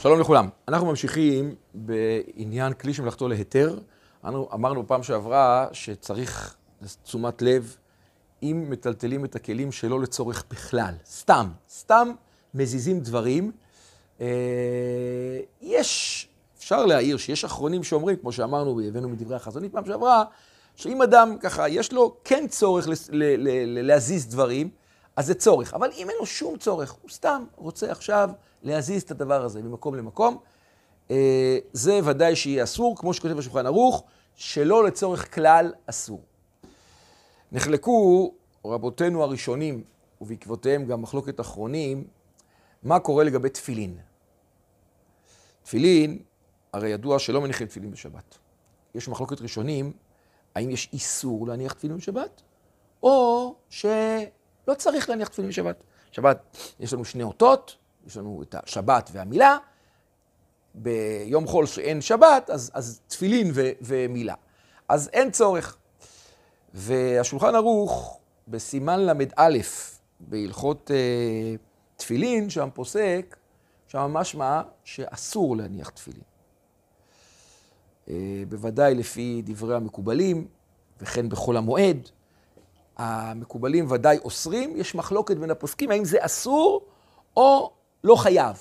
שלום לכולם. אנחנו ממשיכים בעניין כלי שמלאכתו להיתר. אמרנו בפעם שעברה שצריך תשומת לב אם מטלטלים את הכלים שלא לצורך בכלל. סתם מזיזים דברים. אפשר להעיר שיש אחרונים שאומרים, כמו שאמרנו והבאנו מדברי החזונית פעם שעברה, שאם אדם ככה יש לו כן צורך להזיז דברים, אז זה צורך. אבל אם אין לו שום צורך, הוא סתם רוצה עכשיו להזיז את הדבר הזה ממקום למקום, זה ודאי שיהיה אסור, כמו שכותב בשולחן ערוך, שלא לצורך כלל אסור. נחלקו רבותינו הראשונים, ובעקבותיהם גם מחלוקת אחרונים, מה קורה לגבי תפילין. תפילין, הרי ידוע שלא מניחים תפילין בשבת. יש מחלוקת ראשונים, האם יש איסור להניח תפילין בשבת, או שלא צריך להניח תפילין בשבת. שבת, יש לנו שני אותות, יש לנו את השבת והמילה. ביום חול שאין שבת, אז תפילין ומילה. אז אין צורך. והשולחן ערוך, בסימן למד א', בהלכות תפילין, שם פוסק, שם משמע שאסור להניח תפילין. בוודאי לפי דברי המקובלים, וכן בכל המועד, המקובלים ודאי אוסרים, יש מחלוקת בין הפוסקים, האם זה אסור או לא חייב.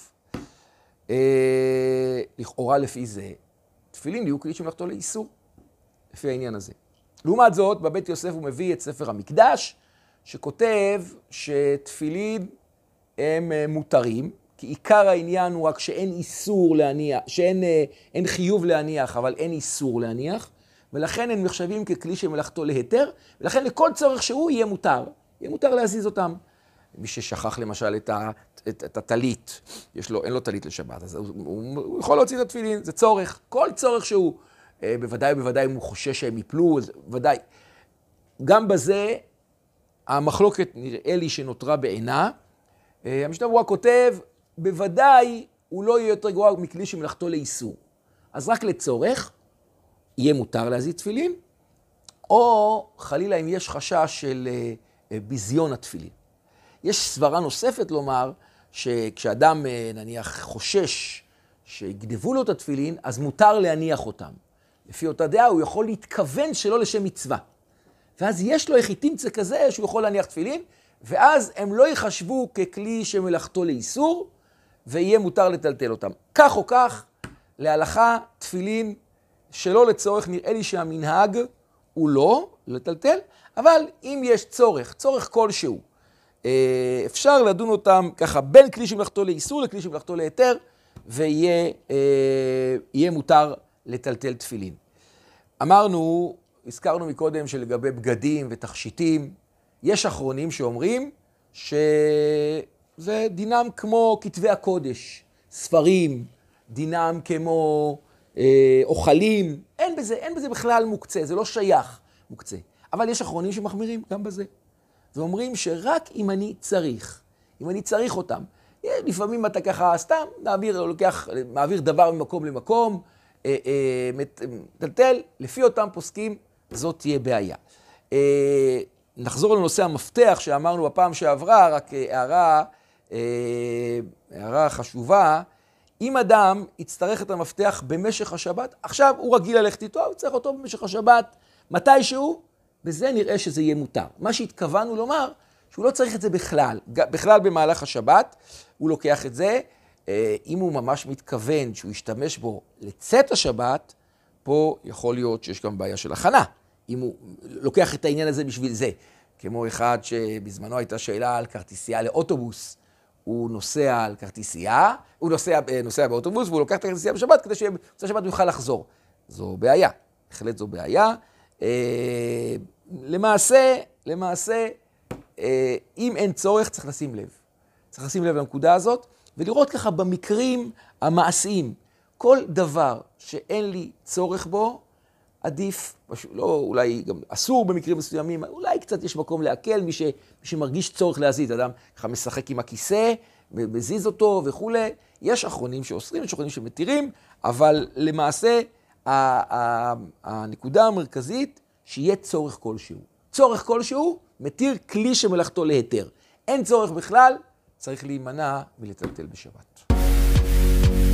לכאורה לפי זה, תפילין יהיו כלי שמלאכתו לאיסור, לפי העניין הזה. לעומת זאת, בבית יוסף הוא מביא את ספר המקדש, שכותב שתפילין הם מותרים, כי עיקר העניין הוא רק שאין איסור להניח, שאין חיוב להניח, אבל אין איסור להניח, ולכן הם נחשבים ככלי שמלאכתו להיתר, ולכן לכל צורך שהוא יהיה מותר להזיז אותם. מי ששכח למשל את הטלית, אין לו טלית לשבת, אז הוא יכול להוציא את התפילין, זה צורך, כל צורך שהוא, בוודאי אם הוא חושש שהם יפלו, ודאי. גם בזה, המחלוקת נראה לי שנותרה בעינה. המשנה ברורה כותב, בוודאי הוא לא יהיה יותר גרוע מכלי שמלאכתו לאיסור. אז רק לצורך, יהיה מותר להזיז תפילין, או חלילה אם יש חשש של ביזיון התפילין. יש סברה נוספת לומר שכשאדם נניח חושש שיגנבו לו את התפילין, אז מותר להניח אותם. לפי אותה דעה הוא יכול להתכוון שלא לשם מצווה. ואז יש לו איך תמצא כזה שהוא יכול להניח תפילין, ואז הם לא יחשבו ככלי שמלאכתו לאיסור, ויהיה מותר לטלטל אותם. כך או כך, להלכה תפילין שלא לצורך, נראה לי שהמנהג הוא לא לטלטל, אבל אם יש צורך כלשהו, אפשר לדון אותם ככה בין כלי שמלאכתו לאיסור לכלי שמלאכתו להיתר, ויהיה מותר לטלטל תפילין. הזכרנו מקודם שלגבי בגדים ותכשיטים, יש אחרונים שאומרים שזה דינם כמו כתבי הקודש, ספרים, דינם כמו אוכלים, אין בזה בכלל מוקצה, זה לא שייך מוקצה. אבל יש אחרונים שמחמירים גם בזה. ואומרים שרק אם אני צריך אותם, לפעמים אתה ככה סתם מעביר דבר ממקום למקום, מטלטל, לפי אותם פוסקים, זאת תהיה בעיה. נחזור לנושא המפתח שאמרנו בפעם שעברה, רק הערה חשובה, אם אדם יצטרך את המפתח במשך השבת, עכשיו הוא רגיל ללכת איתו, הוא צריך אותו במשך השבת, מתישהו, בזה נראה שזה יהיה מותר. מה שהתכוונו לומר, שהוא לא צריך את זה בכלל במהלך השבת, הוא לוקח את זה, אם הוא ממש מתכוון שהוא ישתמש בו לצאת השבת, פה יכול להיות שיש גם בעיה של הכנה, אם הוא לוקח את העניין הזה בשביל זה, כמו אחד שבזמנו הייתה שאלה על כרטיסייה לאוטובוס, הוא נוסע על כרטיסייה, הוא נוסע באוטובוס, והוא לוקח את הכרטיסייה בשבת, כדי שבצד השבת הוא יוכל לחזור. זו בעיה, בהחלט זו בעיה. למעשה, אם אין צורך, צריך לשים לב. צריך לשים לב לנקודה הזאת, ולראות ככה במקרים המעשיים, כל דבר שאין לי צורך בו, עדיף, לא, אולי גם אסור במקרים מסוימים, אולי קצת יש מקום להקל, מי שמרגיש צורך להזיז, אדם ככה משחק עם הכיסא, מזיז אותו וכו'. יש אחרונים שאוסרים, יש אחרונים שמתירים, אבל למעשה הנקודה המרכזית שיהיה צורך כלשהו. צורך כלשהו מתיר כלי שמלאכתו להיתר. אין צורך בכלל, צריך להימנע מלטלטל בשבת.